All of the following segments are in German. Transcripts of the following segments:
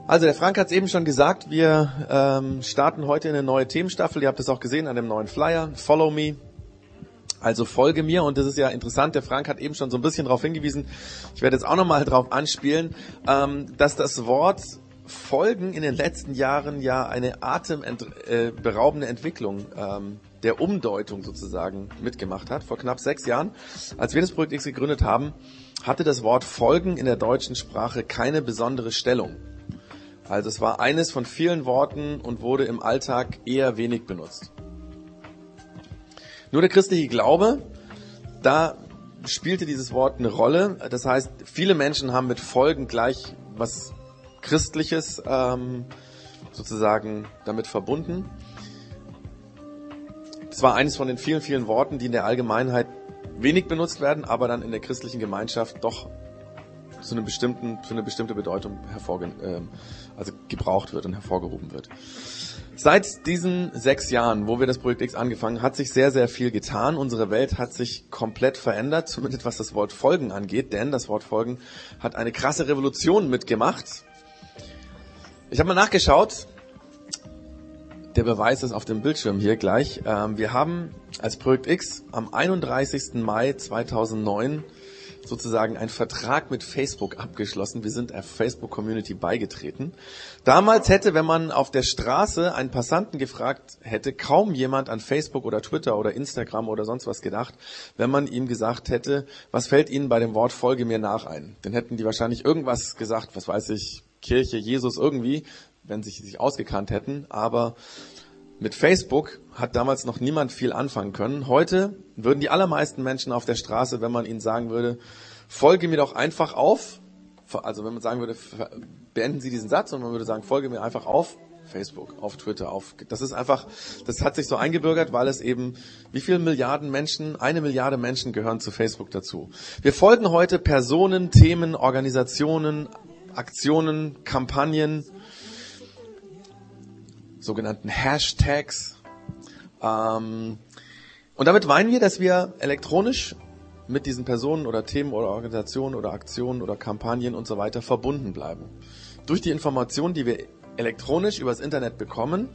Also der Frank hat es eben schon gesagt, wir starten heute eine neue Themenstaffel. Ihr habt es auch gesehen an dem neuen Flyer, Follow Me. Also folge mir, und das ist ja interessant, der Frank hat eben schon so ein bisschen darauf hingewiesen, ich werde jetzt auch nochmal drauf anspielen, dass das Wort Folgen in den letzten Jahren ja eine atemberaubende Entwicklung der Umdeutung sozusagen mitgemacht hat. Vor knapp 6 Jahren, als wir das Projekt X gegründet haben, hatte das Wort Folgen in der deutschen Sprache keine besondere Stellung. Also es war eines von vielen Worten und wurde im Alltag eher wenig benutzt. Nur der christliche Glaube, da spielte dieses Wort eine Rolle. Das heißt, viele Menschen haben mit Folgen gleich was Christliches sozusagen damit verbunden. Es war eines von den vielen, vielen Worten, die in der Allgemeinheit wenig benutzt werden, aber dann in der christlichen Gemeinschaft doch für eine bestimmte Bedeutung gebraucht wird und hervorgehoben wird. Seit diesen 6 Jahren, wo wir das Projekt X angefangen, hat sich sehr, sehr viel getan. Unsere Welt hat sich komplett verändert, zumindest was das Wort Folgen angeht, denn das Wort Folgen hat eine krasse Revolution mitgemacht. Ich habe mal nachgeschaut, der Beweis ist auf dem Bildschirm hier gleich. Wir haben als Projekt X am 31. Mai 2009 sozusagen einen Vertrag mit Facebook abgeschlossen. Wir sind der Facebook-Community beigetreten. Damals hätte, wenn man auf der Straße einen Passanten gefragt hätte, kaum jemand an Facebook oder Twitter oder Instagram oder sonst was gedacht, wenn man ihm gesagt hätte, was fällt Ihnen bei dem Wort Folge mir nach ein? Dann hätten die wahrscheinlich irgendwas gesagt, was weiß ich, Kirche, Jesus irgendwie, wenn sie sich ausgekannt hätten. Aber mit Facebook hat damals noch niemand viel anfangen können. Heute würden die allermeisten Menschen auf der Straße, wenn man ihnen sagen würde, folge mir doch einfach auf, also wenn man sagen würde, beenden Sie diesen Satz, und man würde sagen, folge mir einfach auf Facebook, auf Twitter, das ist einfach, das hat sich so eingebürgert, weil es eben, wie viele Milliarden Menschen, 1 Milliarde Menschen gehören zu Facebook dazu. Wir folgen heute Personen, Themen, Organisationen, Aktionen, Kampagnen, sogenannten Hashtags. Und damit meinen wir, dass wir elektronisch mit diesen Personen oder Themen oder Organisationen oder Aktionen oder Kampagnen und so weiter verbunden bleiben. Durch die Informationen, die wir elektronisch übers Internet bekommen,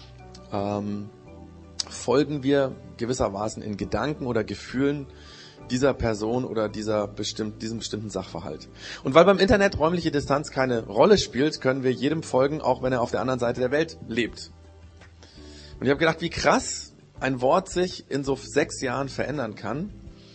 folgen wir gewissermaßen in Gedanken oder Gefühlen dieser Person oder diesem bestimmten Sachverhalt. Und weil beim Internet räumliche Distanz keine Rolle spielt, können wir jedem folgen, auch wenn er auf der anderen Seite der Welt lebt. Und ich habe gedacht, wie krass ein Wort sich in so 6 Jahren verändern kann.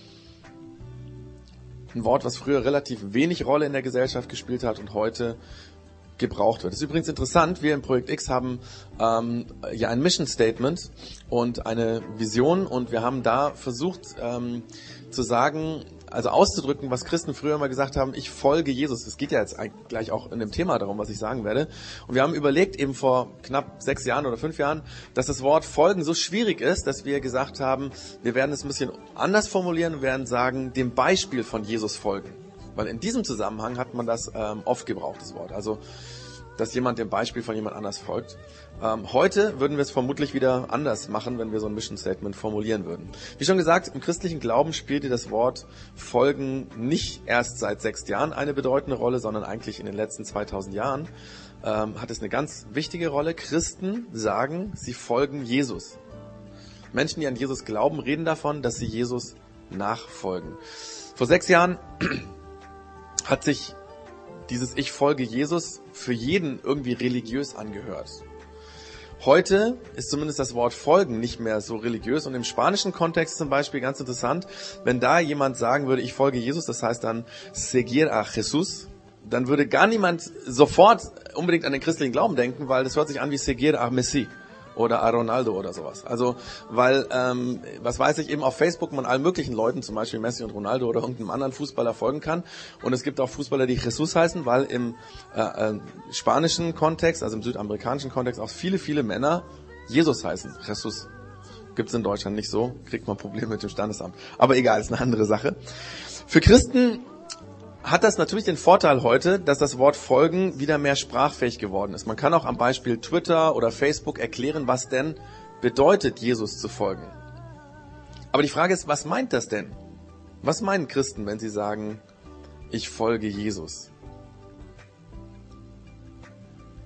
Ein Wort, was früher relativ wenig Rolle in der Gesellschaft gespielt hat und heute gebraucht wird. Das ist übrigens interessant, wir im Projekt X haben ja ein Mission Statement und eine Vision, und wir haben da versucht zu sagen, also auszudrücken, was Christen früher mal gesagt haben, ich folge Jesus. Es geht ja jetzt gleich auch in dem Thema darum, was ich sagen werde. Und wir haben überlegt, eben vor knapp 6 Jahren oder 5 Jahren, dass das Wort folgen so schwierig ist, dass wir gesagt haben, wir werden es ein bisschen anders formulieren und werden sagen, dem Beispiel von Jesus folgen. Weil in diesem Zusammenhang hat man das oft gebraucht, das Wort. Also, dass jemand dem Beispiel von jemand anders folgt. Heute würden wir es vermutlich wieder anders machen, wenn wir so ein Mission Statement formulieren würden. Wie schon gesagt, im christlichen Glauben spielte das Wort Folgen nicht erst seit 6 Jahren eine bedeutende Rolle, sondern eigentlich in den letzten 2000 Jahren hat es eine ganz wichtige Rolle. Christen sagen, sie folgen Jesus. Menschen, die an Jesus glauben, reden davon, dass sie Jesus nachfolgen. Vor 6 Jahren hat sich dieses Ich folge Jesus für jeden irgendwie religiös angehört. Heute ist zumindest das Wort folgen nicht mehr so religiös, und im spanischen Kontext zum Beispiel ganz interessant, wenn da jemand sagen würde, ich folge Jesus, das heißt dann seguir a Jesús, dann würde gar niemand sofort unbedingt an den christlichen Glauben denken, weil das hört sich an wie seguir a Messi oder a Ronaldo oder sowas. Also, weil, was weiß ich, eben auf Facebook man allen möglichen Leuten, zum Beispiel Messi und Ronaldo oder irgendeinem anderen Fußballer folgen kann. Und es gibt auch Fußballer, die Jesus heißen, weil im spanischen Kontext, also im südamerikanischen Kontext, auch viele, viele Männer Jesus heißen. Jesus gibt's in Deutschland nicht so, kriegt man Probleme mit dem Standesamt. Aber egal, ist eine andere Sache. Für Christen hat das natürlich den Vorteil heute, dass das Wort folgen wieder mehr sprachfähig geworden ist. Man kann auch am Beispiel Twitter oder Facebook erklären, was denn bedeutet, Jesus zu folgen. Aber die Frage ist, was meint das denn? Was meinen Christen, wenn sie sagen, ich folge Jesus?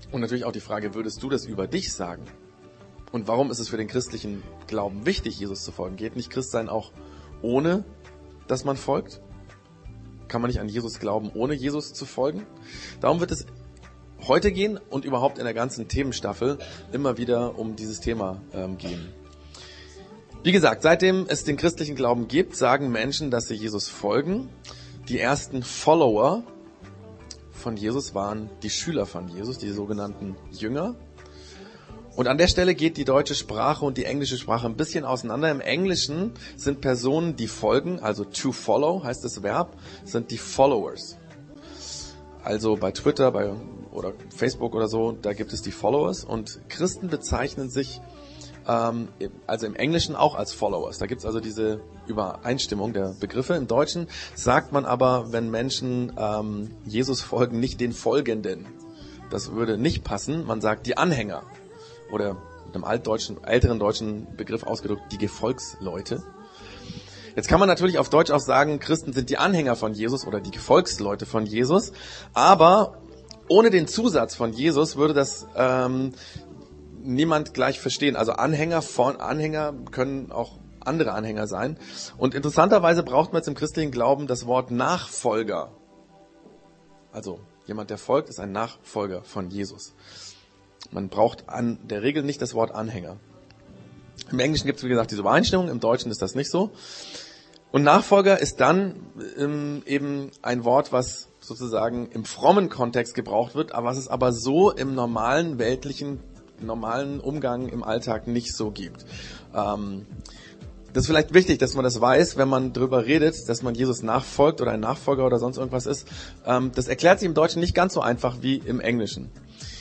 Und natürlich auch die Frage, würdest du das über dich sagen? Und warum ist es für den christlichen Glauben wichtig, Jesus zu folgen? Geht nicht Christsein auch ohne, dass man folgt? Kann man nicht an Jesus glauben, ohne Jesus zu folgen? Darum wird es heute gehen und überhaupt in der ganzen Themenstaffel immer wieder um dieses Thema gehen. Wie gesagt, seitdem es den christlichen Glauben gibt, sagen Menschen, dass sie Jesus folgen. Die ersten Follower von Jesus waren die Schüler von Jesus, die sogenannten Jünger. Und an der Stelle geht die deutsche Sprache und die englische Sprache ein bisschen auseinander. Im Englischen sind Personen, die folgen, also to follow heißt das Verb, sind die Followers. Also bei Twitter oder Facebook oder so, da gibt es die Followers und Christen bezeichnen sich also im Englischen auch als Followers. Da gibt es also diese Übereinstimmung der Begriffe. Im Deutschen sagt man aber, wenn Menschen Jesus folgen, nicht den Folgenden. Das würde nicht passen. Man sagt die Anhänger. Oder mit einem älteren deutschen Begriff ausgedrückt, die Gefolgsleute. Jetzt kann man natürlich auf Deutsch auch sagen, Christen sind die Anhänger von Jesus oder die Gefolgsleute von Jesus. Aber ohne den Zusatz von Jesus würde das niemand gleich verstehen. Also Anhänger können auch andere Anhänger sein. Und interessanterweise braucht man jetzt im christlichen Glauben das Wort Nachfolger. Also jemand, der folgt, ist ein Nachfolger von Jesus. Man braucht an der Regel nicht das Wort Anhänger. Im Englischen gibt es, wie gesagt, diese Übereinstimmung, im Deutschen ist das nicht so. Und Nachfolger ist dann eben ein Wort, was sozusagen im frommen Kontext gebraucht wird, aber was es aber so im normalen Umgang im Alltag nicht so gibt. Das ist vielleicht wichtig, dass man das weiß, wenn man darüber redet, dass man Jesus nachfolgt oder ein Nachfolger oder sonst irgendwas ist. Das erklärt sich im Deutschen nicht ganz so einfach wie im Englischen.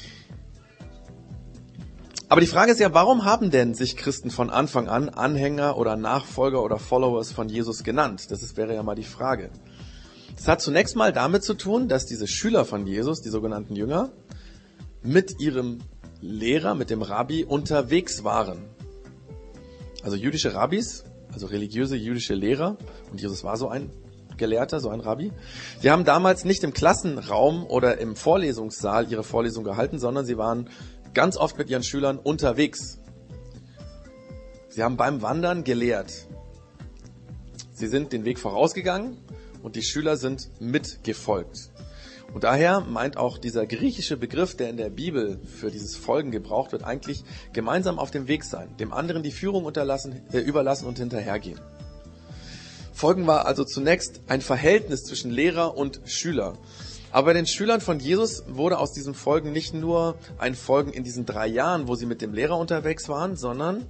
Aber die Frage ist ja, warum haben denn sich Christen von Anfang an Anhänger oder Nachfolger oder Followers von Jesus genannt? Wäre ja mal die Frage. Das hat zunächst mal damit zu tun, dass diese Schüler von Jesus, die sogenannten Jünger, mit ihrem Lehrer, mit dem Rabbi unterwegs waren. Also jüdische Rabbis, also religiöse jüdische Lehrer, und Jesus war so ein Gelehrter, so ein Rabbi. Die haben damals nicht im Klassenraum oder im Vorlesungssaal ihre Vorlesung gehalten, sondern sie waren ganz oft mit ihren Schülern unterwegs. Sie haben beim Wandern gelehrt. Sie sind den Weg vorausgegangen und die Schüler sind mitgefolgt. Und daher meint auch dieser griechische Begriff, der in der Bibel für dieses Folgen gebraucht wird, eigentlich gemeinsam auf dem Weg sein, dem anderen die Führung überlassen und hinterhergehen. Folgen war also zunächst ein Verhältnis zwischen Lehrer und Schüler. Aber bei den Schülern von Jesus wurde aus diesem Folgen nicht nur ein Folgen in diesen 3 Jahren, wo sie mit dem Lehrer unterwegs waren, sondern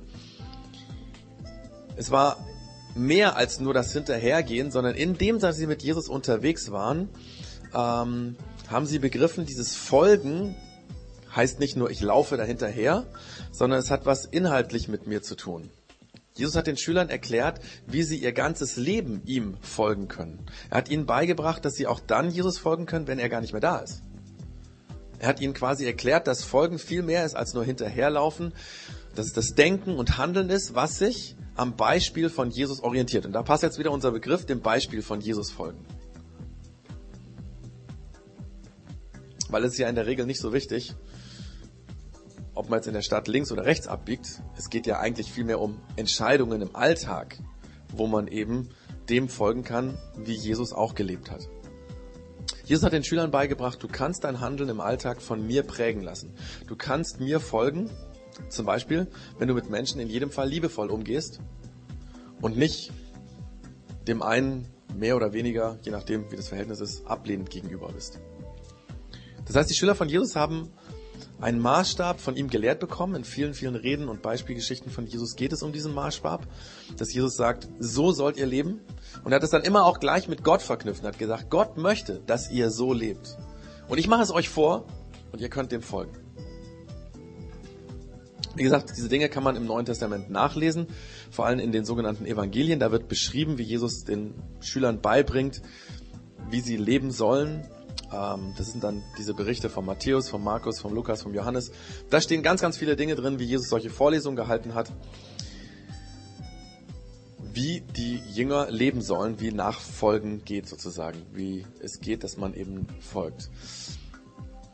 es war mehr als nur das Hinterhergehen, sondern indem sie mit Jesus unterwegs waren, haben sie begriffen, dieses Folgen heißt nicht nur, ich laufe dahinterher, sondern es hat was inhaltlich mit mir zu tun. Jesus hat den Schülern erklärt, wie sie ihr ganzes Leben ihm folgen können. Er hat ihnen beigebracht, dass sie auch dann Jesus folgen können, wenn er gar nicht mehr da ist. Er hat ihnen quasi erklärt, dass Folgen viel mehr ist als nur hinterherlaufen, dass es das Denken und Handeln ist, was sich am Beispiel von Jesus orientiert. Und da passt jetzt wieder unser Begriff, dem Beispiel von Jesus folgen. Weil es ist ja in der Regel nicht so wichtig, ob man jetzt in der Stadt links oder rechts abbiegt. Es geht ja eigentlich vielmehr um Entscheidungen im Alltag, wo man eben dem folgen kann, wie Jesus auch gelebt hat. Jesus hat den Schülern beigebracht, du kannst dein Handeln im Alltag von mir prägen lassen. Du kannst mir folgen, zum Beispiel, wenn du mit Menschen in jedem Fall liebevoll umgehst und nicht dem einen mehr oder weniger, je nachdem wie das Verhältnis ist, ablehnend gegenüber bist. Das heißt, die Schüler von Jesus haben einen Maßstab von ihm gelehrt bekommen. In vielen, vielen Reden und Beispielgeschichten von Jesus geht es um diesen Maßstab, dass Jesus sagt, so sollt ihr leben. Und er hat es dann immer auch gleich mit Gott verknüpft und hat gesagt, Gott möchte, dass ihr so lebt. Und ich mache es euch vor und ihr könnt dem folgen. Wie gesagt, diese Dinge kann man im Neuen Testament nachlesen, vor allem in den sogenannten Evangelien. Da wird beschrieben, wie Jesus den Schülern beibringt, wie sie leben sollen. Das sind dann diese Berichte von Matthäus, von Markus, von Lukas, von Johannes. Da stehen ganz, ganz viele Dinge drin, wie Jesus solche Vorlesungen gehalten hat, wie die Jünger leben sollen, wie Nachfolgen geht sozusagen, wie es geht, dass man eben folgt.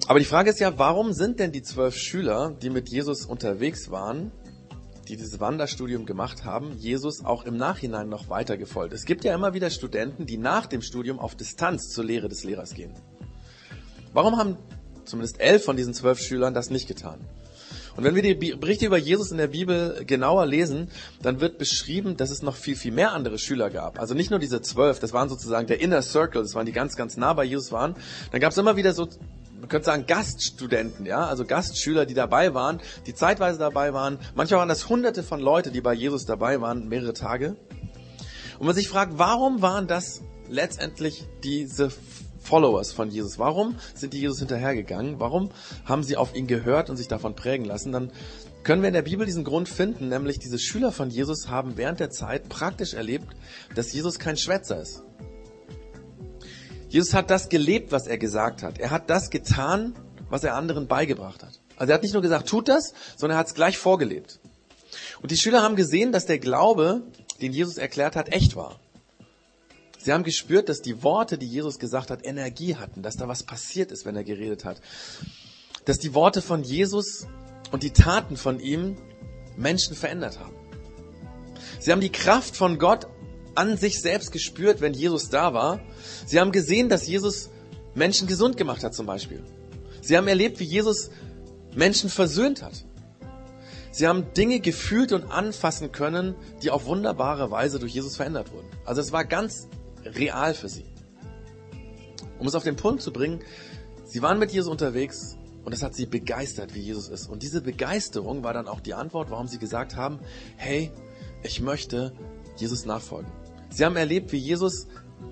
Aber die Frage ist ja, warum sind denn die 12 Schüler, die mit Jesus unterwegs waren, die dieses Wanderstudium gemacht haben, Jesus auch im Nachhinein noch weiter gefolgt? Es gibt ja immer wieder Studenten, die nach dem Studium auf Distanz zur Lehre des Lehrers gehen. Warum haben zumindest 11 von diesen 12 Schülern das nicht getan? Und wenn wir die Berichte über Jesus in der Bibel genauer lesen, dann wird beschrieben, dass es noch viel, viel mehr andere Schüler gab. Also nicht nur diese 12, das waren sozusagen der Inner Circle, das waren die ganz, ganz nah bei Jesus waren. Dann gab es immer wieder so, man könnte sagen, Gaststudenten, ja, also Gastschüler, die dabei waren, die zeitweise dabei waren. Manchmal waren das Hunderte von Leute, die bei Jesus dabei waren, mehrere Tage. Und man sich fragt, warum waren das letztendlich diese Followers von Jesus? Warum sind die Jesus hinterhergegangen? Warum haben sie auf ihn gehört und sich davon prägen lassen? Dann können wir in der Bibel diesen Grund finden, nämlich diese Schüler von Jesus haben während der Zeit praktisch erlebt, dass Jesus kein Schwätzer ist. Jesus hat das gelebt, was er gesagt hat. Er hat das getan, was er anderen beigebracht hat. Also er hat nicht nur gesagt, tut das, sondern er hat es gleich vorgelebt. Und die Schüler haben gesehen, dass der Glaube, den Jesus erklärt hat, echt war. Sie haben gespürt, dass die Worte, die Jesus gesagt hat, Energie hatten, dass da was passiert ist, wenn er geredet hat. Dass die Worte von Jesus und die Taten von ihm Menschen verändert haben. Sie haben die Kraft von Gott an sich selbst gespürt, wenn Jesus da war. Sie haben gesehen, dass Jesus Menschen gesund gemacht hat zum Beispiel. Sie haben erlebt, wie Jesus Menschen versöhnt hat. Sie haben Dinge gefühlt und anfassen können, die auf wunderbare Weise durch Jesus verändert wurden. Also es war ganz real für sie. Um es auf den Punkt zu bringen, sie waren mit Jesus unterwegs und es hat sie begeistert, wie Jesus ist. Und diese Begeisterung war dann auch die Antwort, warum sie gesagt haben, hey, ich möchte Jesus nachfolgen. Sie haben erlebt, wie Jesus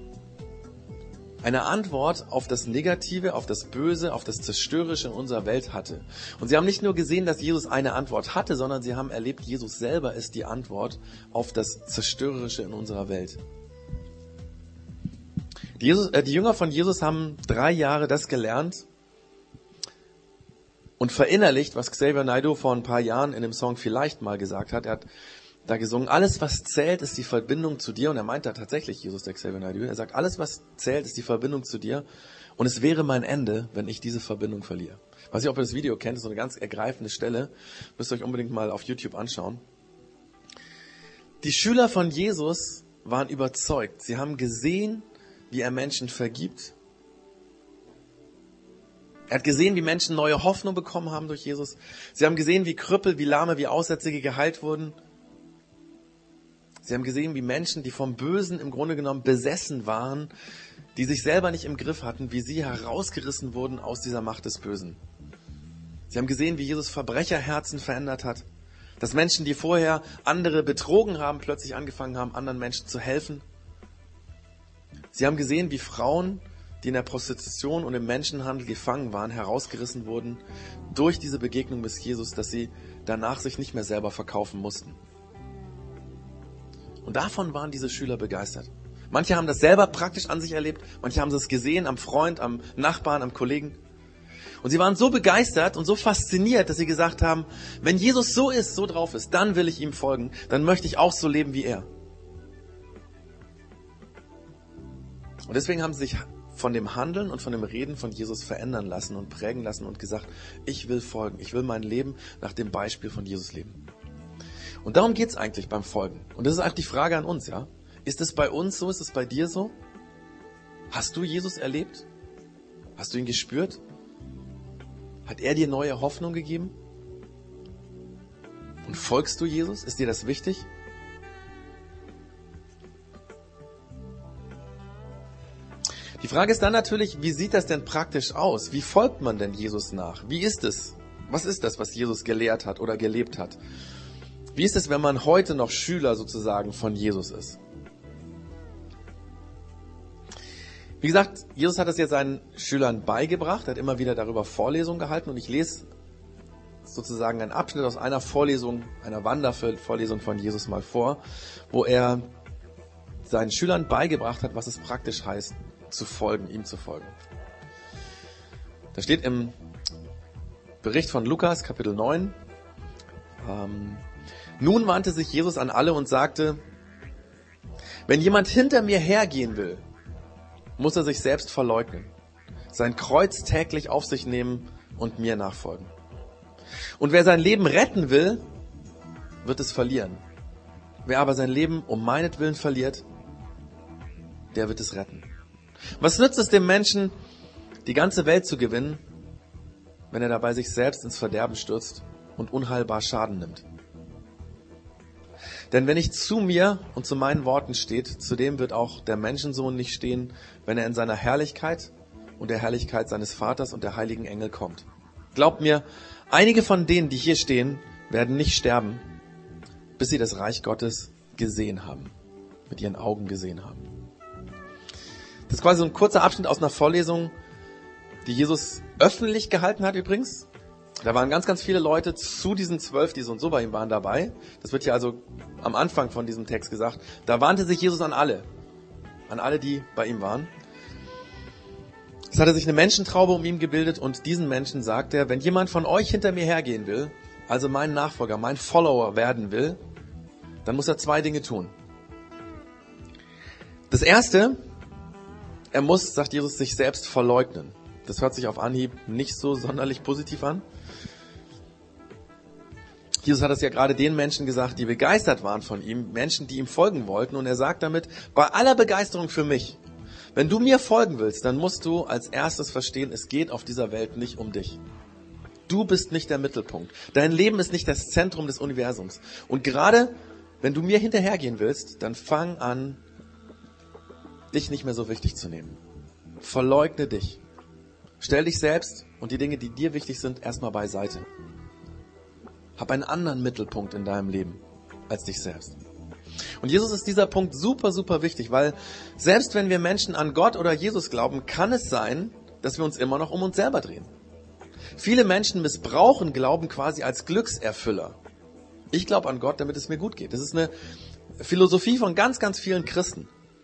eine Antwort auf das Negative, auf das Böse, auf das Zerstörerische in unserer Welt hatte. Und sie haben nicht nur gesehen, dass Jesus eine Antwort hatte, sondern sie haben erlebt, Jesus selber ist die Antwort auf das Zerstörerische in unserer Welt. Die Jünger von Jesus haben 3 Jahre das gelernt und verinnerlicht, was Xavier Naidoo vor ein paar Jahren in dem Song Vielleicht mal gesagt hat. Er hat da gesungen, alles was zählt, ist die Verbindung zu dir. Und er meint da tatsächlich, Jesus, der Xavier Naidoo, er sagt, alles was zählt, ist die Verbindung zu dir. Und es wäre mein Ende, wenn ich diese Verbindung verliere. Weiß nicht, ob ihr das Video kennt, das ist so eine ganz ergreifende Stelle. Müsst ihr euch unbedingt mal auf YouTube anschauen. Die Schüler von Jesus waren überzeugt. Sie haben gesehen, wie er Menschen vergibt. Er hat gesehen, wie Menschen neue Hoffnung bekommen haben durch Jesus. Sie haben gesehen, wie Krüppel, wie Lahme, wie Aussätzige geheilt wurden. Sie haben gesehen, wie Menschen, die vom Bösen im Grunde genommen besessen waren, die sich selber nicht im Griff hatten, wie sie herausgerissen wurden aus dieser Macht des Bösen. Sie haben gesehen, wie Jesus Verbrecherherzen verändert hat. Dass Menschen, die vorher andere betrogen haben, plötzlich angefangen haben, anderen Menschen zu helfen. Sie haben gesehen, wie Frauen, die in der Prostitution und im Menschenhandel gefangen waren, herausgerissen wurden durch diese Begegnung mit Jesus, dass sie danach sich nicht mehr selber verkaufen mussten. Und davon waren diese Schüler begeistert. Manche haben das selber praktisch an sich erlebt, manche haben es gesehen am Freund, am Nachbarn, am Kollegen. Und sie waren so begeistert und so fasziniert, dass sie gesagt haben, wenn Jesus so ist, so drauf ist, dann will ich ihm folgen, dann möchte ich auch so leben wie er. Und deswegen haben sie sich von dem Handeln und von dem Reden von Jesus verändern lassen und prägen lassen und gesagt, ich will folgen, ich will mein Leben nach dem Beispiel von Jesus leben. Und darum geht's eigentlich beim Folgen. Und das ist eigentlich die Frage an uns, ja? Ist es bei uns so? Ist es bei dir so? Hast du Jesus erlebt? Hast du ihn gespürt? Hat er dir neue Hoffnung gegeben? Und folgst du Jesus? Ist dir das wichtig? Die Frage ist dann natürlich, wie sieht das denn praktisch aus? Wie folgt man denn Jesus nach? Wie ist es? Was ist das, was Jesus gelehrt hat oder gelebt hat? Wie ist es, wenn man heute noch Schüler sozusagen von Jesus ist? Wie gesagt, Jesus hat das jetzt seinen Schülern beigebracht, er hat immer wieder darüber Vorlesungen gehalten und ich lese sozusagen einen Abschnitt aus einer Vorlesung, einer Wandervorlesung von Jesus mal vor, wo er seinen Schülern beigebracht hat, was es praktisch heißt, zu folgen, ihm zu folgen. Da steht im Bericht von Lukas, Kapitel 9, nun wandte sich Jesus an alle und sagte, wenn jemand hinter mir hergehen will, muss er sich selbst verleugnen, sein Kreuz täglich auf sich nehmen und mir nachfolgen. Und wer sein Leben retten will, wird es verlieren. Wer aber sein Leben um meinetwillen verliert, der wird es retten. Was nützt es dem Menschen, die ganze Welt zu gewinnen, wenn er dabei sich selbst ins Verderben stürzt und unheilbar Schaden nimmt? Denn wenn nicht zu mir und zu meinen Worten steht, zu dem wird auch der Menschensohn nicht stehen, wenn er in seiner Herrlichkeit und der Herrlichkeit seines Vaters und der heiligen Engel kommt. Glaubt mir, einige von denen, die hier stehen, werden nicht sterben, bis sie das Reich Gottes gesehen haben, mit ihren Augen gesehen haben. Das ist quasi so ein kurzer Abschnitt aus einer Vorlesung, die Jesus öffentlich gehalten hat übrigens. Da waren ganz, ganz viele Leute zu diesen 12, die so und so bei ihm waren, dabei. Das wird ja also am Anfang von diesem Text gesagt. Da wandte sich Jesus an alle, die bei ihm waren. Es hatte sich eine Menschentraube um ihn gebildet und diesen Menschen sagt er, wenn jemand von euch hinter mir hergehen will, also mein Nachfolger, mein Follower werden will, dann muss er 2 Dinge tun. Das erste, er muss, sagt Jesus, sich selbst verleugnen. Das hört sich auf Anhieb nicht so sonderlich positiv an. Jesus hat es ja gerade den Menschen gesagt, die begeistert waren von ihm, Menschen, die ihm folgen wollten. Und er sagt damit, bei aller Begeisterung für mich, wenn du mir folgen willst, dann musst du als erstes verstehen, es geht auf dieser Welt nicht um dich. Du bist nicht der Mittelpunkt. Dein Leben ist nicht das Zentrum des Universums. Und gerade wenn du mir hinterhergehen willst, dann fang an, dich nicht mehr so wichtig zu nehmen. Verleugne dich. Stell dich selbst und die Dinge, die dir wichtig sind, erstmal beiseite. Hab einen anderen Mittelpunkt in deinem Leben als dich selbst. Und Jesus ist dieser Punkt super, super wichtig, weil selbst wenn wir Menschen an Gott oder Jesus glauben, kann es sein, dass wir uns immer noch um uns selber drehen. Viele Menschen missbrauchen Glauben quasi als Glückserfüller. Ich glaube an Gott, damit es mir gut geht. Das ist eine Philosophie von ganz, ganz vielen Christen.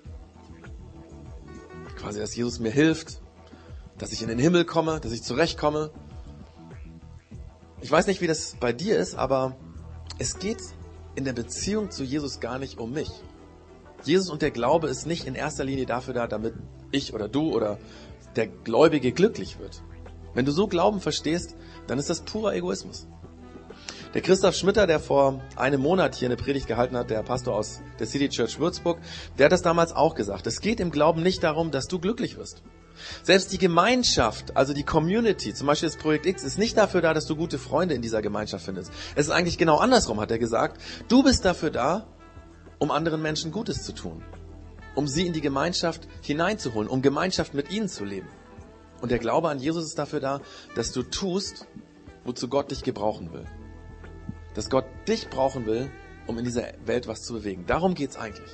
Quasi, dass Jesus mir hilft, dass ich in den Himmel komme, dass ich zurechtkomme. Ich weiß nicht, wie das bei dir ist, aber es geht in der Beziehung zu Jesus gar nicht um mich. Jesus und der Glaube ist nicht in erster Linie dafür da, damit ich oder du oder der Gläubige glücklich wird. Wenn du so Glauben verstehst, dann ist das purer Egoismus. Der Christoph Schmitter, der vor einem Monat hier eine Predigt gehalten hat, der Pastor aus der City Church Würzburg, der hat das damals auch gesagt. Es geht im Glauben nicht darum, dass du glücklich wirst. Selbst die Gemeinschaft, also die Community, zum Beispiel das Projekt X, ist nicht dafür da, dass du gute Freunde in dieser Gemeinschaft findest. Es ist eigentlich genau andersrum, hat er gesagt. Du bist dafür da, um anderen Menschen Gutes zu tun. Um sie in die Gemeinschaft hineinzuholen, um Gemeinschaft mit ihnen zu leben. Und der Glaube an Jesus ist dafür da, dass du tust, wozu Gott dich gebrauchen will. Dass Gott dich brauchen will, um in dieser Welt was zu bewegen. Darum geht's eigentlich.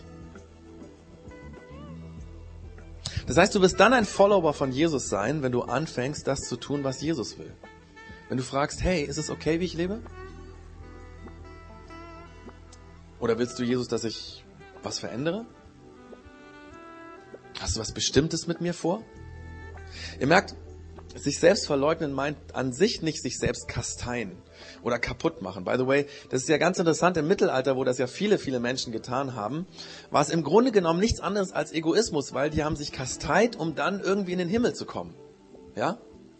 Das heißt, du wirst dann ein Follower von Jesus sein, wenn du anfängst, das zu tun, was Jesus will. Wenn du fragst, hey, ist es okay, wie ich lebe? Oder willst du, Jesus, dass ich was verändere? Hast du was Bestimmtes mit mir vor? Ihr merkt, sich selbst verleugnen meint an sich nicht sich selbst kasteien oder kaputt machen. By the way, das ist ja ganz interessant, im Mittelalter, wo das ja viele, viele Menschen getan haben, war es im Grunde genommen nichts anderes als Egoismus, weil die haben sich kasteit, um dann irgendwie in den Himmel zu kommen. Ja?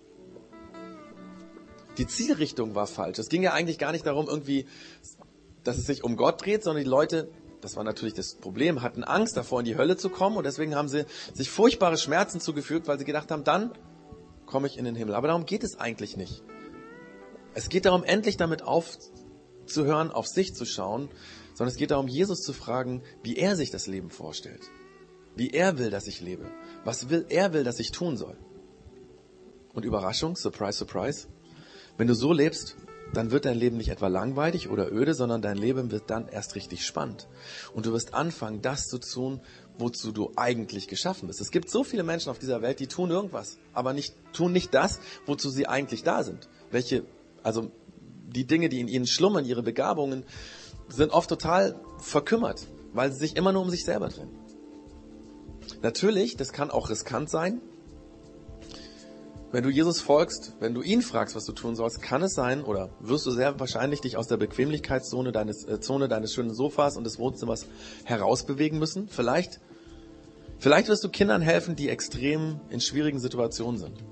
Die Zielrichtung war falsch. Es ging ja eigentlich gar nicht darum, irgendwie, dass es sich um Gott dreht, sondern die Leute, das war natürlich das Problem, hatten Angst davor, in die Hölle zu kommen und deswegen haben sie sich furchtbare Schmerzen zugefügt, weil sie gedacht haben, dann komme ich in den Himmel. Aber darum geht es eigentlich nicht. Es geht darum, endlich damit aufzuhören, auf sich zu schauen, sondern es geht darum, Jesus zu fragen, wie er sich das Leben vorstellt. Wie er will, dass ich lebe. Was er will, dass ich tun soll. Und Überraschung, surprise, surprise, wenn du so lebst, dann wird dein Leben nicht etwa langweilig oder öde, sondern dein Leben wird dann erst richtig spannend. Und du wirst anfangen, das zu tun, wozu du eigentlich geschaffen bist. Es gibt so viele Menschen auf dieser Welt, die tun irgendwas, aber tun nicht das, wozu sie eigentlich da sind. Also die Dinge, die in ihnen schlummern, ihre Begabungen, sind oft total verkümmert, weil sie sich immer nur um sich selber drehen. Natürlich, das kann auch riskant sein. Wenn du Jesus folgst, wenn du ihn fragst, was du tun sollst, kann es sein, oder wirst du sehr wahrscheinlich dich aus der Bequemlichkeitszone deines schönen Sofas und des Wohnzimmers herausbewegen müssen. Vielleicht wirst du Kindern helfen, die extrem in schwierigen Situationen sind.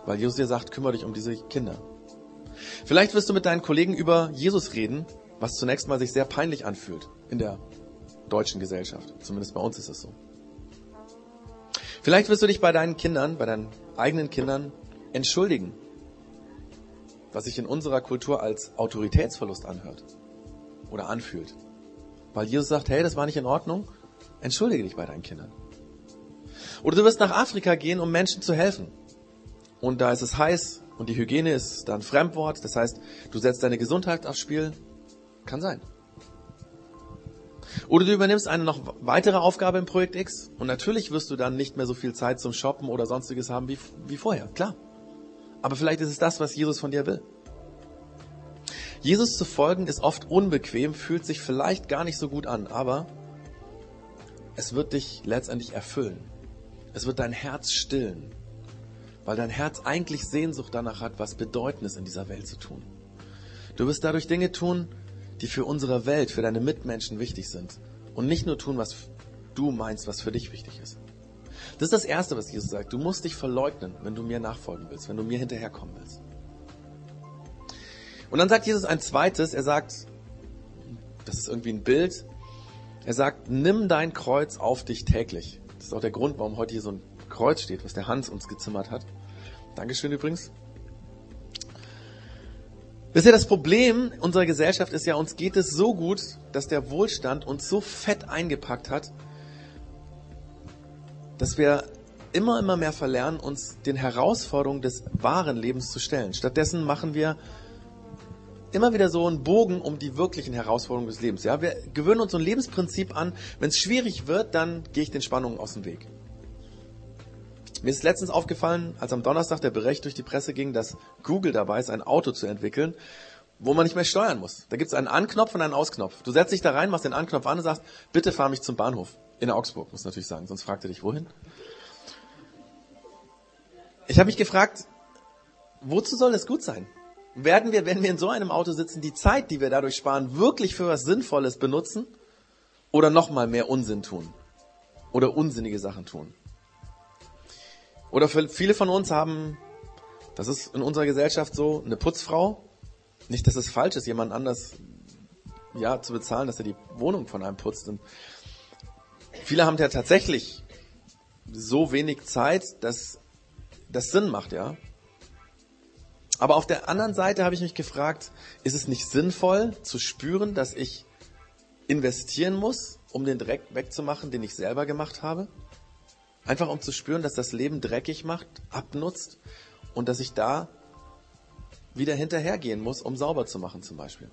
Weil Jesus dir sagt, kümmere dich um diese Kinder. Vielleicht wirst du mit deinen Kollegen über Jesus reden, was zunächst mal sich sehr peinlich anfühlt in der deutschen Gesellschaft. Zumindest bei uns ist es so. Vielleicht wirst du dich bei deinen Kindern, bei deinen eigenen Kindern entschuldigen, was sich in unserer Kultur als Autoritätsverlust anhört oder anfühlt. Weil Jesus sagt, hey, das war nicht in Ordnung, entschuldige dich bei deinen Kindern. Oder du wirst nach Afrika gehen, um Menschen zu helfen. Und da ist es heiß und die Hygiene ist dann ein Fremdwort. Das heißt, du setzt deine Gesundheit aufs Spiel. Kann sein. Oder du übernimmst eine noch weitere Aufgabe im Projekt X und natürlich wirst du dann nicht mehr so viel Zeit zum Shoppen oder sonstiges haben wie vorher. Klar. Aber vielleicht ist es das, was Jesus von dir will. Jesus zu folgen ist oft unbequem, fühlt sich vielleicht gar nicht so gut an, aber es wird dich letztendlich erfüllen. Es wird dein Herz stillen, weil dein Herz eigentlich Sehnsucht danach hat, was Bedeutendes in dieser Welt zu tun. Du wirst dadurch Dinge tun, die für unsere Welt, für deine Mitmenschen wichtig sind und nicht nur tun, was du meinst, was für dich wichtig ist. Das ist das Erste, was Jesus sagt. Du musst dich verleugnen, wenn du mir nachfolgen willst, wenn du mir hinterherkommen willst. Und dann sagt Jesus ein zweites, er sagt, das ist irgendwie ein Bild, er sagt, nimm dein Kreuz auf dich täglich. Das ist auch der Grund, warum heute hier so ein Kreuz steht, was der Hans uns gezimmert hat. Dankeschön übrigens. Wisst ihr, das Problem unserer Gesellschaft ist ja, uns geht es so gut, dass der Wohlstand uns so fett eingepackt hat, dass wir immer mehr verlernen, uns den Herausforderungen des wahren Lebens zu stellen. Stattdessen machen wir immer wieder so einen Bogen um die wirklichen Herausforderungen des Lebens. Ja, wir gewöhnen uns so ein Lebensprinzip an, wenn es schwierig wird, dann gehe ich den Spannungen aus dem Weg. Mir ist letztens aufgefallen, als am Donnerstag der Bericht durch die Presse ging, dass Google dabei ist, ein Auto zu entwickeln, wo man nicht mehr steuern muss. Da gibt es einen Anknopf und einen Ausknopf. Du setzt dich da rein, machst den Anknopf an und sagst, bitte fahr mich zum Bahnhof. In Augsburg, muss natürlich sagen, sonst fragt er dich, wohin? Ich habe mich gefragt, wozu soll das gut sein? Werden wir, wenn wir in so einem Auto sitzen, die Zeit, die wir dadurch sparen, wirklich für was Sinnvolles benutzen oder nochmal mehr Unsinn tun oder unsinnige Sachen tun? Oder viele von uns haben, das ist in unserer Gesellschaft so, eine Putzfrau. Nicht, dass es falsch ist, jemand anders zu bezahlen, dass er die Wohnung von einem putzt. Und viele haben ja tatsächlich so wenig Zeit, dass das Sinn macht, ja. Aber auf der anderen Seite habe ich mich gefragt, ist es nicht sinnvoll zu spüren, dass ich investieren muss, um den Dreck wegzumachen, den ich selber gemacht habe? Einfach um zu spüren, dass das Leben dreckig macht, abnutzt und dass ich da wieder hinterhergehen muss, um sauber zu machen zum Beispiel.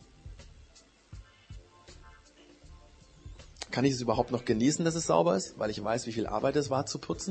Kann ich es überhaupt noch genießen, dass es sauber ist, weil ich weiß, wie viel Arbeit es war zu putzen?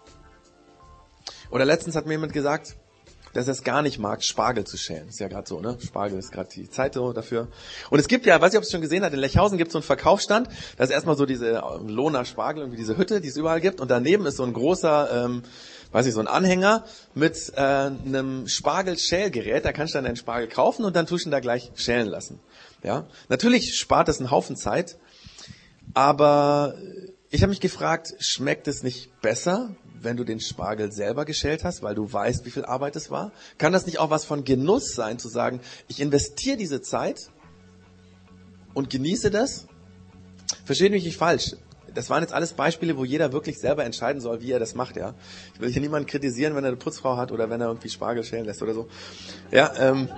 Oder letztens hat mir jemand gesagt, dass er es gar nicht mag, Spargel zu schälen. Ist ja gerade so, ne? Spargel ist gerade die Zeit so dafür. Und es gibt ja, weiß nicht, ob es schon gesehen hat, in Lechhausen gibt es so einen Verkaufsstand. Da ist erstmal so diese Lohner Spargel, irgendwie diese Hütte, die es überall gibt. Und daneben ist so ein großer, so ein Anhänger mit einem Spargel-Schälgerät. Da kannst du dann deinen Spargel kaufen und dann tust du ihn da gleich schälen lassen. Ja? Natürlich spart das einen Haufen Zeit. Aber ich habe mich gefragt, schmeckt es nicht besser, wenn du den Spargel selber geschält hast, weil du weißt, wie viel Arbeit es war? Kann das nicht auch was von Genuss sein, zu sagen, ich investiere diese Zeit und genieße das? Versteht mich nicht falsch. Das waren jetzt alles Beispiele, wo jeder wirklich selber entscheiden soll, wie er das macht, ja. Ich will hier niemanden kritisieren, wenn er eine Putzfrau hat oder wenn er irgendwie Spargel schälen lässt oder so. Ja,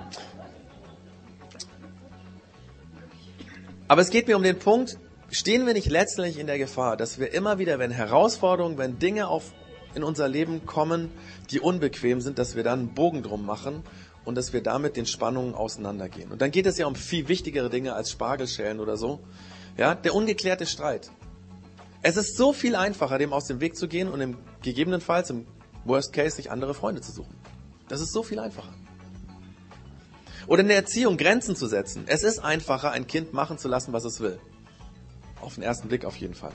aber es geht mir um den Punkt, stehen wir nicht letztlich in der Gefahr, dass wir immer wieder, wenn Herausforderungen, wenn Dinge in unser Leben kommen, die unbequem sind, dass wir dann einen Bogen drum machen und dass wir damit den Spannungen auseinandergehen. Und dann geht es ja um viel wichtigere Dinge als Spargelschälen oder so. Ja, der ungeklärte Streit. Es ist so viel einfacher, dem aus dem Weg zu gehen und gegebenenfalls im Worst Case sich andere Freunde zu suchen. Das ist so viel einfacher. Oder in der Erziehung Grenzen zu setzen. Es ist einfacher, ein Kind machen zu lassen, was es will. Auf den ersten Blick auf jeden Fall.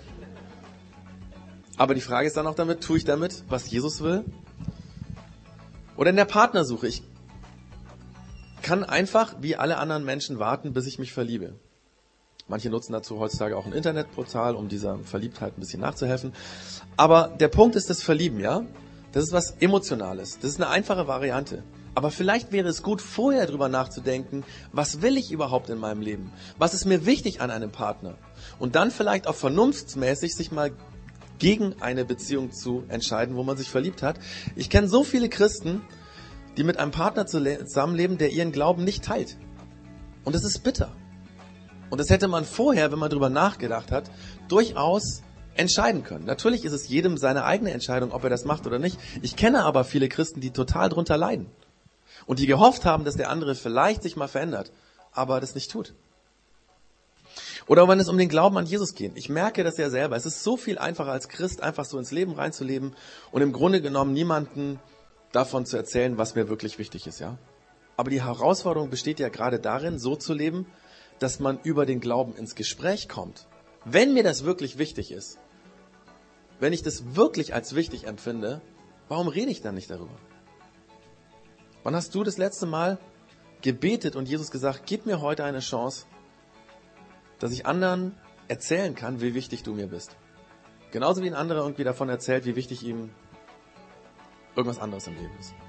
Aber die Frage ist dann auch damit, tue ich damit, was Jesus will? Oder in der Partnersuche. Ich kann einfach wie alle anderen Menschen warten, bis ich mich verliebe. Manche nutzen dazu heutzutage auch ein Internetportal, um dieser Verliebtheit ein bisschen nachzuhelfen. Aber der Punkt ist das Verlieben, ja? Das ist was Emotionales. Das ist eine einfache Variante. Aber vielleicht wäre es gut, vorher drüber nachzudenken, was will ich überhaupt in meinem Leben? Was ist mir wichtig an einem Partner? Und dann vielleicht auch vernunftsmäßig sich mal gegen eine Beziehung zu entscheiden, wo man sich verliebt hat. Ich kenne so viele Christen, die mit einem Partner zusammenleben, der ihren Glauben nicht teilt. Und das ist bitter. Und das hätte man vorher, wenn man drüber nachgedacht hat, durchaus entscheiden können. Natürlich ist es jedem seine eigene Entscheidung, ob er das macht oder nicht. Ich kenne aber viele Christen, die total drunter leiden. Und die gehofft haben, dass der andere vielleicht sich mal verändert, aber das nicht tut. Oder wenn es um den Glauben an Jesus geht. Ich merke das ja selber. Es ist so viel einfacher als Christ, einfach so ins Leben reinzuleben und im Grunde genommen niemanden davon zu erzählen, was mir wirklich wichtig ist, ja. Aber die Herausforderung besteht ja gerade darin, so zu leben, dass man über den Glauben ins Gespräch kommt. Wenn mir das wirklich wichtig ist, wenn ich das wirklich als wichtig empfinde, warum rede ich dann nicht darüber? Wann hast du das letzte Mal gebetet und Jesus gesagt, gib mir heute eine Chance, dass ich anderen erzählen kann, wie wichtig du mir bist. Genauso wie ein anderer irgendwie davon erzählt, wie wichtig ihm irgendwas anderes im Leben ist.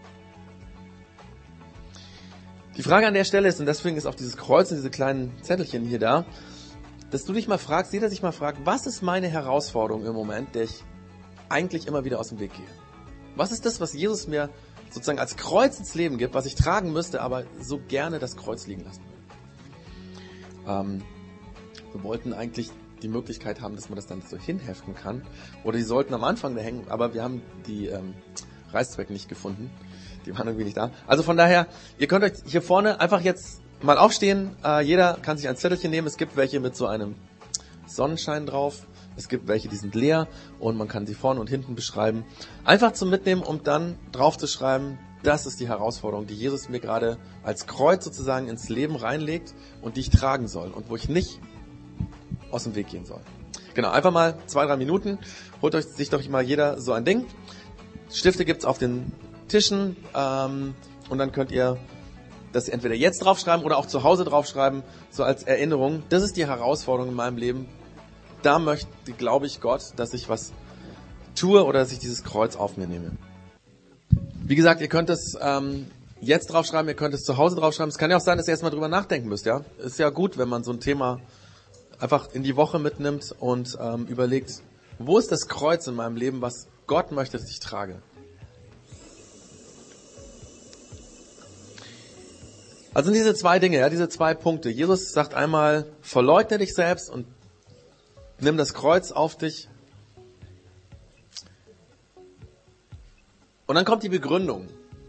Die Frage an der Stelle ist, und deswegen ist auch dieses Kreuz und diese kleinen Zettelchen hier da, dass du dich mal fragst, jeder sich mal fragt, was ist meine Herausforderung im Moment, der ich eigentlich immer wieder aus dem Weg gehe? Was ist das, was Jesus mir sozusagen als Kreuz ins Leben gibt, was ich tragen müsste, aber so gerne das Kreuz liegen lassen würde? Wir wollten eigentlich die Möglichkeit haben, dass man das dann so hinheften kann. Oder die sollten am Anfang da hängen, aber wir haben die Reißzwecken nicht gefunden. Die waren irgendwie nicht da. Also von daher, ihr könnt euch hier vorne einfach jetzt mal aufstehen. Jeder kann sich ein Zettelchen nehmen. Es gibt welche mit so einem Sonnenschein drauf. Es gibt welche, die sind leer und man kann sie vorne und hinten beschreiben. Einfach zum Mitnehmen, um dann drauf zu schreiben, das ist die Herausforderung, die Jesus mir gerade als Kreuz sozusagen ins Leben reinlegt und die ich tragen soll und wo ich nicht aus dem Weg gehen soll. Genau, einfach mal 2-3 Minuten. Holt euch sich doch mal jeder so ein Ding. Stifte gibt's auf den Tischen und dann könnt ihr das entweder jetzt draufschreiben oder auch zu Hause draufschreiben, so als Erinnerung. Das ist die Herausforderung in meinem Leben. Da glaube ich Gott, dass ich was tue oder dass ich dieses Kreuz auf mir nehme. Wie gesagt, ihr könnt es jetzt draufschreiben, ihr könnt es zu Hause draufschreiben. Es kann ja auch sein, dass ihr erstmal drüber nachdenken müsst, ja. Ist ja gut, wenn man so ein Thema einfach in die Woche mitnimmt und überlegt, wo ist das Kreuz in meinem Leben, was Gott möchte, dass ich trage. Also sind diese 2 Dinge, ja, diese 2 Punkte. Jesus sagt einmal, verleugne dich selbst und nimm das Kreuz auf dich. Und dann kommt die Begründung.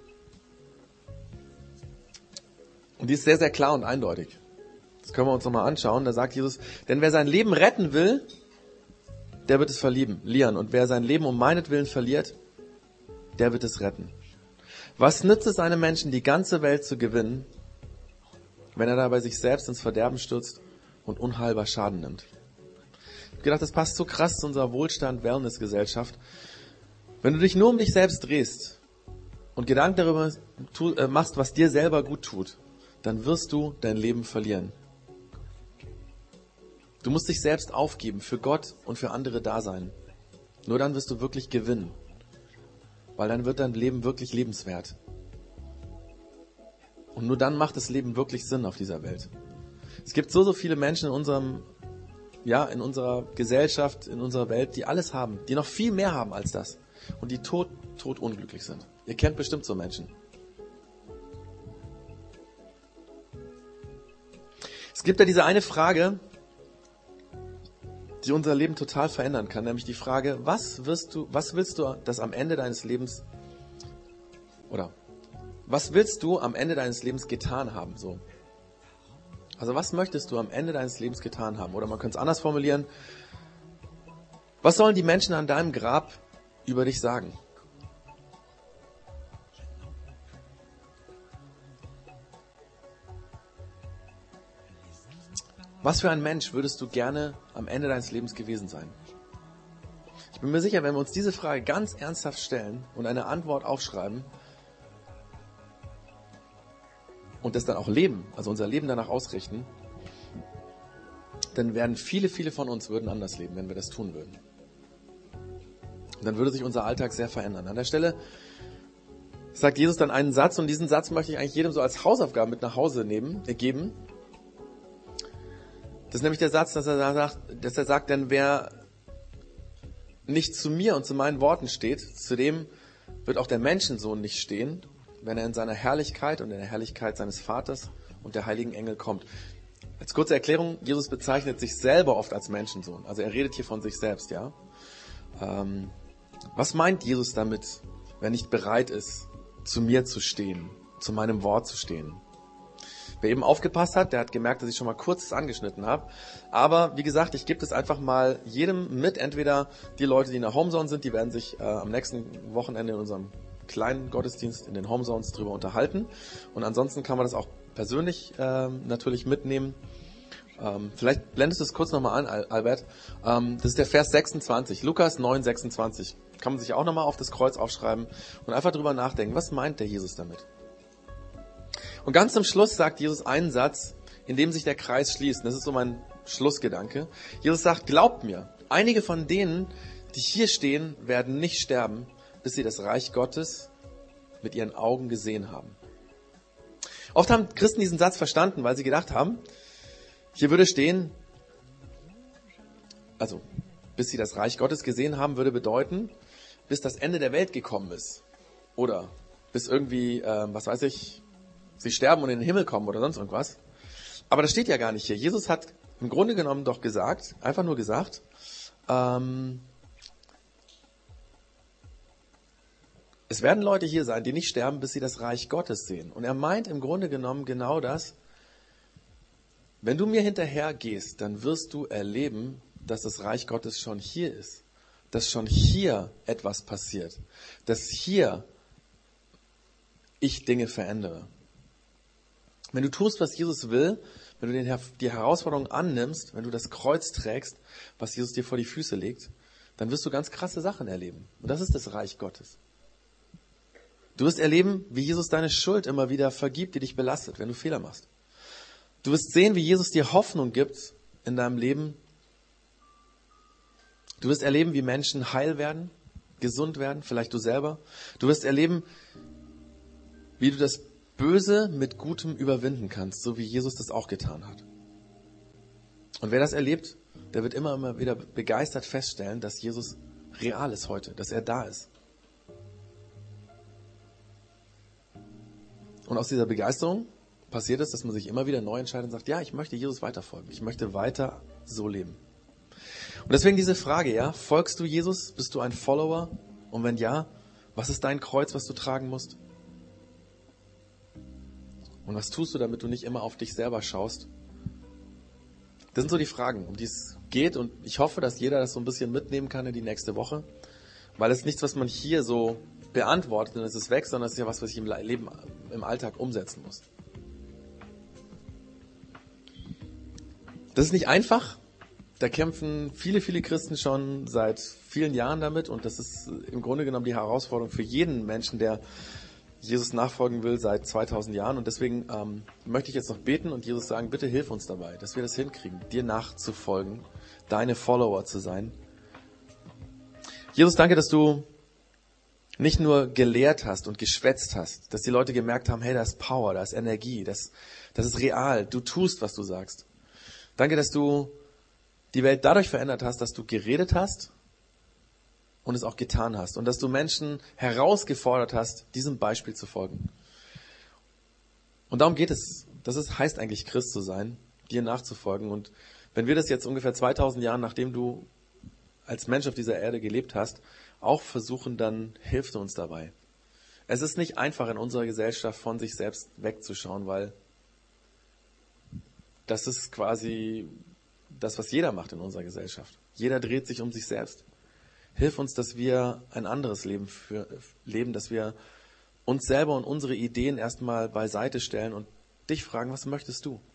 Und die ist sehr, sehr klar und eindeutig. Das können wir uns nochmal anschauen. Da sagt Jesus, denn wer sein Leben retten will, der wird es verlieren. Und wer sein Leben um meinetwillen verliert, der wird es retten. Was nützt es einem Menschen, die ganze Welt zu gewinnen, wenn er dabei sich selbst ins Verderben stürzt und unheilbar Schaden nimmt? Ich habe gedacht, das passt so krass zu unserer Wohlstand-Wellness-Gesellschaft. Wenn du dich nur um dich selbst drehst und Gedanken darüber machst, was dir selber gut tut, dann wirst du dein Leben verlieren. Du musst dich selbst aufgeben, für Gott und für andere da sein. Nur dann wirst du wirklich gewinnen. Weil dann wird dein Leben wirklich lebenswert. Und nur dann macht das Leben wirklich Sinn auf dieser Welt. Es gibt so viele Menschen in unserer Gesellschaft, in unserer Welt, die alles haben, die noch viel mehr haben als das. Und die tot unglücklich sind. Ihr kennt bestimmt so Menschen. Es gibt ja diese eine Frage, die unser Leben total verändern kann, nämlich die Frage, was willst du, dass am Ende deines Lebens, oder was willst du am Ende deines Lebens getan haben, so? Also was möchtest du am Ende deines Lebens getan haben? Oder man könnte es anders formulieren, was sollen die Menschen an deinem Grab über dich sagen? Was für ein Mensch würdest du gerne am Ende deines Lebens gewesen sein? Ich bin mir sicher, wenn wir uns diese Frage ganz ernsthaft stellen und eine Antwort aufschreiben und das dann auch leben, also unser Leben danach ausrichten, dann werden viele von uns würden anders leben, wenn wir das tun würden. dann würde sich unser Alltag sehr verändern. An der Stelle sagt Jesus dann einen Satz, und diesen Satz möchte ich eigentlich jedem so als Hausaufgabe mit nach Hause geben. Das ist nämlich der Satz, dass er sagt, denn wer nicht zu mir und zu meinen Worten steht, zu dem wird auch der Menschensohn nicht stehen, wenn er in seiner Herrlichkeit und in der Herrlichkeit seines Vaters und der heiligen Engel kommt. Als kurze Erklärung, Jesus bezeichnet sich selber oft als Menschensohn. Also er redet hier von sich selbst, ja. Was meint Jesus damit, wenn er nicht bereit ist, zu mir zu stehen, zu meinem Wort zu stehen? Wer eben aufgepasst hat, der hat gemerkt, dass ich schon mal kurz angeschnitten habe. Aber wie gesagt, ich gebe das einfach mal jedem mit. Entweder die Leute, die in der Homezone sind, die werden sich am nächsten Wochenende in unserem kleinen Gottesdienst in den Homezones drüber unterhalten. Und ansonsten kann man das auch persönlich natürlich mitnehmen. Vielleicht blendest du es kurz nochmal an, Albert. Das ist der Vers 26, Lukas 9, 26. Kann man sich auch nochmal auf das Kreuz aufschreiben und einfach drüber nachdenken. Was meint der Jesus damit? Und ganz zum Schluss sagt Jesus einen Satz, in dem sich der Kreis schließt. Das ist so mein Schlussgedanke. Jesus sagt, glaubt mir, einige von denen, die hier stehen, werden nicht sterben, bis sie das Reich Gottes mit ihren Augen gesehen haben. Oft haben Christen diesen Satz verstanden, weil sie gedacht haben, hier würde stehen, also bis sie das Reich Gottes gesehen haben, würde bedeuten, bis das Ende der Welt gekommen ist. Oder bis irgendwie, sie sterben und in den Himmel kommen oder sonst irgendwas. Aber das steht ja gar nicht hier. Jesus hat im Grunde genommen doch gesagt, einfach nur gesagt, es werden Leute hier sein, die nicht sterben, bis sie das Reich Gottes sehen. Und er meint im Grunde genommen genau das. Wenn du mir hinterher gehst, dann wirst du erleben, dass das Reich Gottes schon hier ist. Dass schon hier etwas passiert. Dass hier ich Dinge verändere. Wenn du tust, was Jesus will, wenn du die Herausforderung annimmst, wenn du das Kreuz trägst, was Jesus dir vor die Füße legt, dann wirst du ganz krasse Sachen erleben. Und das ist das Reich Gottes. Du wirst erleben, wie Jesus deine Schuld immer wieder vergibt, die dich belastet, wenn du Fehler machst. Du wirst sehen, wie Jesus dir Hoffnung gibt in deinem Leben. Du wirst erleben, wie Menschen heil werden, gesund werden, vielleicht du selber. Du wirst erleben, wie du das Böse mit Gutem überwinden kannst, so wie Jesus das auch getan hat. Und wer das erlebt, der wird immer wieder begeistert feststellen, dass Jesus real ist heute, dass er da ist. Und aus dieser Begeisterung passiert es, dass man sich immer wieder neu entscheidet und sagt, ja, ich möchte Jesus weiterfolgen. Ich möchte weiter so leben. Und deswegen diese Frage, ja, folgst du Jesus? Bist du ein Follower? Und wenn ja, was ist dein Kreuz, was du tragen musst? Und was tust du, damit du nicht immer auf dich selber schaust? Das sind so die Fragen, um die es geht. Und ich hoffe, dass jeder das so ein bisschen mitnehmen kann in die nächste Woche. Weil es ist nichts, was man hier so beantwortet und es ist weg, sondern es ist ja was ich im Leben, im Alltag umsetzen muss. Das ist nicht einfach. Da kämpfen viele, viele Christen schon seit vielen Jahren damit. Und das ist im Grunde genommen die Herausforderung für jeden Menschen, der Jesus nachfolgen will seit 2000 Jahren. Und deswegen möchte ich jetzt noch beten und Jesus sagen, bitte hilf uns dabei, dass wir das hinkriegen, dir nachzufolgen, deine Follower zu sein. Jesus, danke, dass du nicht nur gelehrt hast und geschwätzt hast, dass die Leute gemerkt haben, hey, da ist Power, da ist Energie, das ist real, du tust, was du sagst. Danke, dass du die Welt dadurch verändert hast, dass du geredet hast und es auch getan hast. Und dass du Menschen herausgefordert hast, diesem Beispiel zu folgen. Und darum geht es. Heißt eigentlich Christ zu sein, dir nachzufolgen. Und wenn wir das jetzt ungefähr 2000 Jahre, nachdem du als Mensch auf dieser Erde gelebt hast, auch versuchen, dann hilft uns dabei. Es ist nicht einfach in unserer Gesellschaft von sich selbst wegzuschauen, weil das ist quasi das, was jeder macht in unserer Gesellschaft. Jeder dreht sich um sich selbst. Hilf uns, dass wir ein anderes Leben leben, dass wir uns selber und unsere Ideen erstmal beiseite stellen und dich fragen, was möchtest du?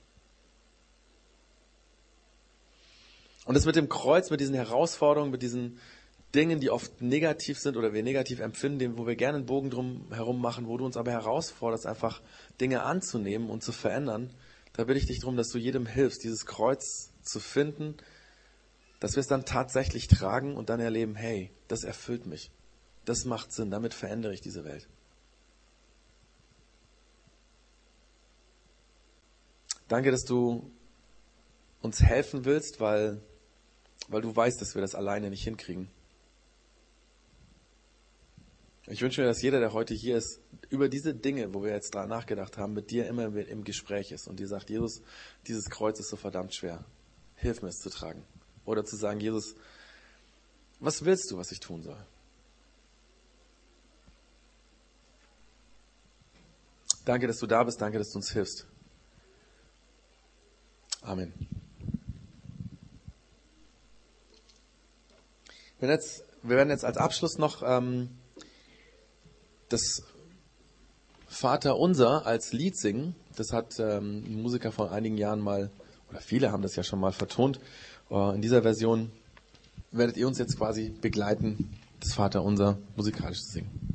Und das mit dem Kreuz, mit diesen Herausforderungen, mit diesen Dingen, die oft negativ sind oder wir negativ empfinden, wo wir gerne einen Bogen drum herum machen, wo du uns aber herausforderst, einfach Dinge anzunehmen und zu verändern, da bitte ich dich darum, dass du jedem hilfst, dieses Kreuz zu finden dass wir es dann tatsächlich tragen und dann erleben, hey, das erfüllt mich. Das macht Sinn, damit verändere ich diese Welt. Danke, dass du uns helfen willst, weil du weißt, dass wir das alleine nicht hinkriegen. Ich wünsche mir, dass jeder, der heute hier ist, über diese Dinge, wo wir jetzt dran nachgedacht haben, mit dir immer im Gespräch ist und dir sagt, Jesus, dieses Kreuz ist so verdammt schwer. Hilf mir, es zu tragen. Oder zu sagen, Jesus, was willst du, was ich tun soll? Danke, dass du da bist. Danke, dass du uns hilfst. Amen. Wir werden jetzt als Abschluss noch das Vaterunser als Lied singen. Das hat ein Musiker vor einigen Jahren mal, oder viele haben das ja schon mal vertont. In dieser Version werdet ihr uns jetzt quasi begleiten, das Vaterunser musikalisch zu singen.